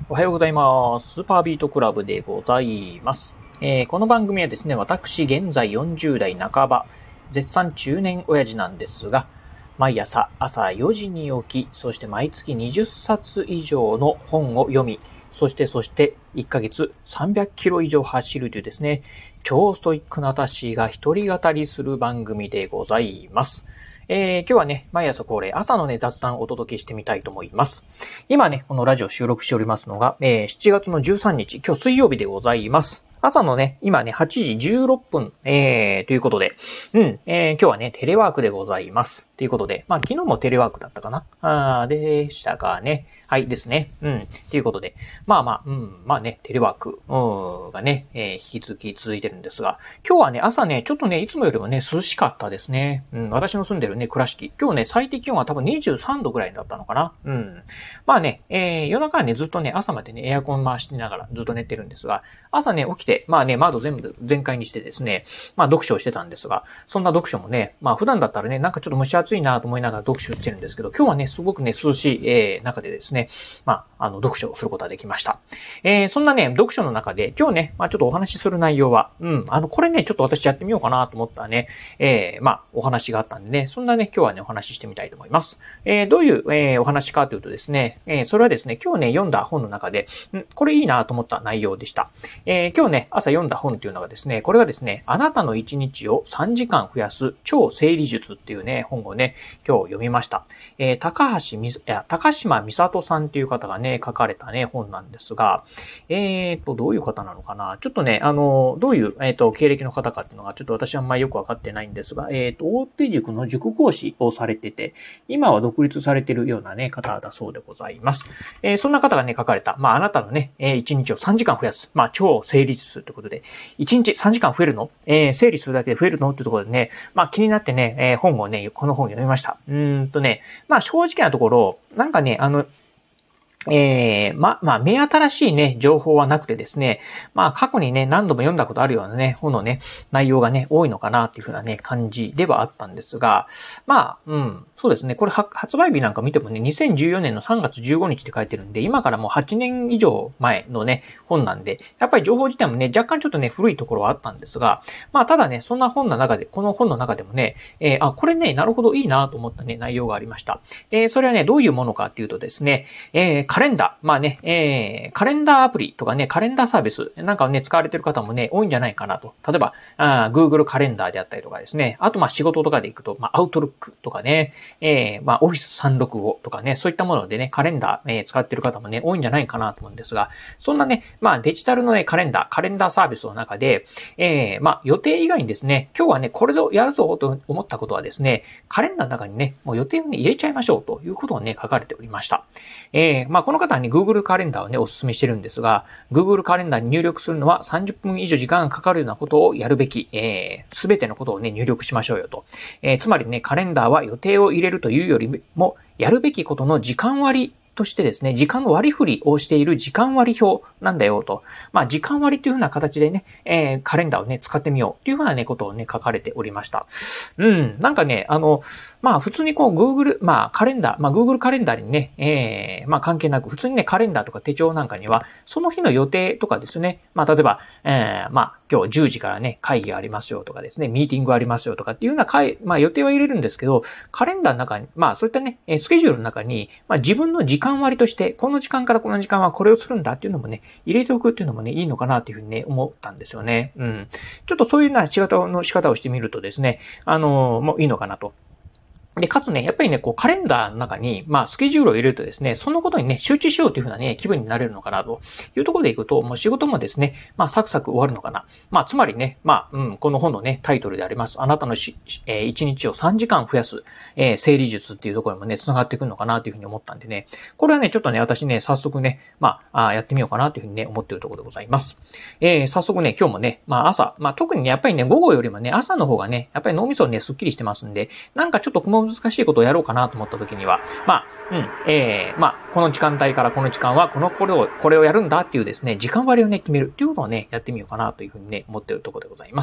おはようございます。スーパービートクラブでございます。この番組はですね、私現在40代半ば、絶賛中年親父なんですが、毎朝4時に起き、そして毎月20冊以上の本を読み、そして1ヶ月300キロ以上走るというですね、超ストイックな私が一人語りする番組でございます。今日はね、毎朝恒例、朝のね、雑談をお届けしてみたいと思います。今ね、このラジオ収録しておりますのが、7月の13日、今日水曜日でございます。朝のね、今ね、8時16分、ということで、今日はね、テレワークでございます。ということで、昨日もテレワークだったかなでしたかね。はいですね。ということで、テレワーク、がね、引き続き続いてるんですが、今日はね、朝ね、ちょっとね、いつもよりもね、涼しかったですね。私の住んでるね、倉敷。今日ね、最低気温は多分23度ぐらいだったのかな。夜中はね、ずっとね、朝までね、エアコン回しながらずっと寝てるんですが、朝ね、起きて、窓全部全開にしてですね、読書をしてたんですが、そんな読書もね、普段だったらね、なんかちょっと蒸し暑いなと思いながら読書してるんですけど、今日はね、すごくね、涼しい、中でですね、読書をすることができました。そんなね、読書の中で、今日ね、ちょっとお話しする内容は、これね、ちょっと私やってみようかなと思ったね、お話があったんでね、そんなね、今日はね、お話ししてみたいと思います。どういう、お話かというとですね、それはですね、今日ね、読んだ本の中で、これいいなと思った内容でした。今日ね、朝読んだ本っていうのがですね、これがですね、あなたの1日を3時間増やす超整理術っていうね、本をね、今日読みました。高島美里さんっていう方がね、書かれたね、本なんですが、どういう方なのかなちょっとね、どういう、経歴の方かっていうのが、ちょっと私はあんまりよくわかってないんですが、大手塾の塾講師をされてて、今は独立されているようなね、方だそうでございます。そんな方がね、書かれた、あなたのね、1日を3時間増やす、超整理術ということで、1日3時間増えるの整理するだけで増えるのっていうところでね、気になってね、本をね、この本を読みました。正直なところ、なんかね、目新しいね、情報はなくてですね、過去にね、何度も読んだことあるようなね、本のね、内容がね、多いのかなっていうふうなね、感じではあったんですが、そうですね、これ発売日なんか見てもね、2014年の3月15日って書いてるんで、今からもう8年以上前のね、本なんで、やっぱり情報自体もね、若干ちょっとね、古いところはあったんですが、ただね、そんな本の中で、この本の中でもね、これね、なるほどいいなと思ったね、内容がありました。それはね、どういうものかっていうとですね、カレンダー。カレンダーアプリとかね、カレンダーサービスなんかをね、使われてる方もね、多いんじゃないかなと。例えば、Google カレンダーであったりとかですね。あと、仕事とかで行くと、アウトルックとかね、オフィス365とかね、そういったものでね、カレンダー、使ってる方もね、多いんじゃないかなと思うんですが、そんなね、デジタルのね、カレンダーサービスの中で、予定以外にですね、今日はね、これぞ、やるぞと思ったことはですね、カレンダーの中にね、もう予定をね、入れちゃいましょうということをね、書かれておりました。この方はね、Google カレンダーをね、お勧めしてるんですが、Google カレンダーに入力するのは30分以上時間がかかるようなことをやるべき、すべてのことをね、入力しましょうよと。つまりね、カレンダーは予定を入れるというよりも、やるべきことの時間割としてですね、時間の割り振りをしている時間割表なんだよと。時間割というふうな形でね、カレンダーをね、使ってみようというふうなね、ことをね、書かれておりました。なんかね、普通にこう Google、カレンダー、Google カレンダーにね、関係なく、普通にね、カレンダーとか手帳なんかには、その日の予定とかですね、例えば、今日10時からね、会議がありますよとかですね、ミーティングがありますよとかっていうような予定は入れるんですけど、カレンダーの中に、そういったね、スケジュールの中に、自分の時間割として、この時間からこの時間はこれをするんだっていうのもね、入れておくっていうのもね、いいのかなっていうふうにね、思ったんですよね。ちょっとそういうような仕方をしてみるとですね、もういいのかなと。で、かつね、やっぱりね、こう、カレンダーの中に、スケジュールを入れるとですね、そのことにね、集中しようというふうなね、気分になれるのかなというところでいくと、もう仕事もですね、サクサク終わるのかな。つまりね、この本のね、タイトルであります、あなたの1日を3時間増やす、整理術っていうところにもね、繋がっていくのかなというふうに思ったんでね、これはね、ちょっとね、私ね、早速ね、やってみようかなというふうにね、思っているところでございます。早速ね、今日もね、朝、特にね、やっぱりね、午後よりもね、朝の方がね、やっぱり脳みそね、スッキリしてますんで、なんかちょっと難しいことをやろうかなと思った時には、この時間帯からこの時間はこれをやるんだっていうですね、時間割をね、決めるっていうのをね、やってみようかなというふうにね、思っているところでございます。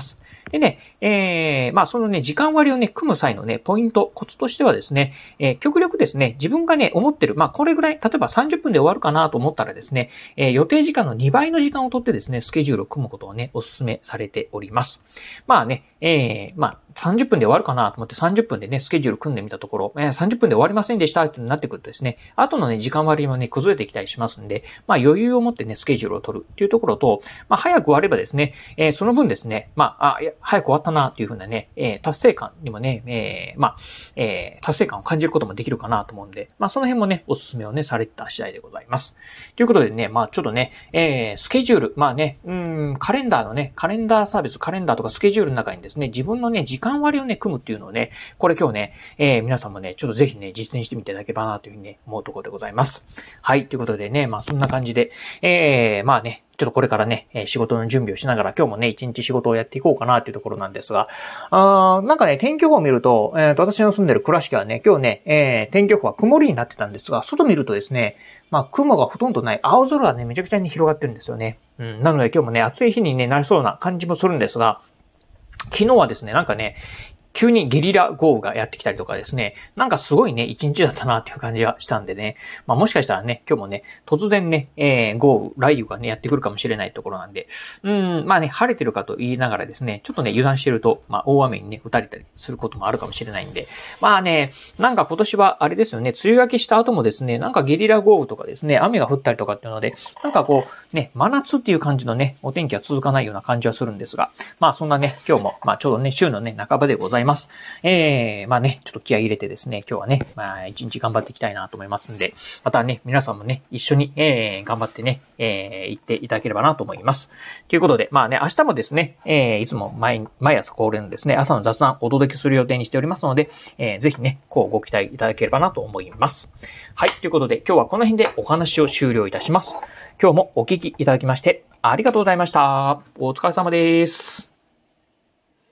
でね、まあそのね、時間割をね、組む際のね、ポイント、コツとしてはですね、極力ですね、自分がね、思ってる、まあこれぐらい、例えば30分で終わるかなと思ったらですね、予定時間の2倍の時間をとってですね、スケジュールを組むことをね、お勧めされております。まあね、まあ30分で終わるかなと思って30分でね、スケジュール組んでみたところ、30分で終わりませんでしたってなってくるとですね、後のね、時間割もね、崩れてきたりしますんで、まあ余裕を持ってね、スケジュールを取るっていうところと、まあ早く終わればですね、その分ですね、まあ、早く終わったなっていう風なね、達成感にもね、達成感を感じることもできるかなと思うんで、まあその辺もね、おすすめをね、された次第でございます。ということでね、まあちょっとね、スケジュール、まあね、カレンダーのね、カレンダーサービス、カレンダーとかスケジュールの中にですね、自分のね、時間割をね、組むっていうのをね、これ今日ね、皆さんもね、ちょっとぜひね、実践してみていただければなというふうにね、思うところでございます。はい、ということでね、まあそんな感じで、まあね、ちょっとこれからね、仕事の準備をしながら今日もね、一日仕事をやっていこうかなっていうところなんですが、なんかね、天気予報を見ると、私の住んでる倉敷はね、今日ね、天気予報は曇りになってたんですが、外見るとですね、まあ雲がほとんどない青空がね、めちゃくちゃに広がってるんですよね。なので今日もね、暑い日に、ね、なりそうな感じもするんですが、昨日はですね、なんかね、急にゲリラ豪雨がやってきたりとかですね、なんかすごいね、一日だったなっていう感じがしたんでね、まあもしかしたらね、今日もね、突然ね、豪雨、雷雨がね、やってくるかもしれないところなんで、まあね、晴れてるかと言いながらですね、ちょっとね、油断してると、まあ大雨にね、打たれたりすることもあるかもしれないんで、まあね、なんか今年はあれですよね、梅雨明けした後もですね、なんかゲリラ豪雨とかですね、雨が降ったりとかっていうので、なんかこう、ね、真夏っていう感じのね、お天気は続かないような感じはするんですが、まあそんなね、今日も、まあちょうどね、週のね、半ばでございます。まあね、ちょっと気合い入れてですね、今日はね、まあ一日頑張っていきたいなと思いますんで、またね、皆さんもね、一緒に、頑張ってね、行っていただければなと思います。ということで、まあね、明日もですね、いつも毎朝恒例のですね、朝の雑談お届けする予定にしておりますので、ぜひね、こうご期待いただければなと思います。はい、ということで、今日はこの辺でお話を終了いたします。今日もお聞きいただきまして、ありがとうございました。お疲れ様です。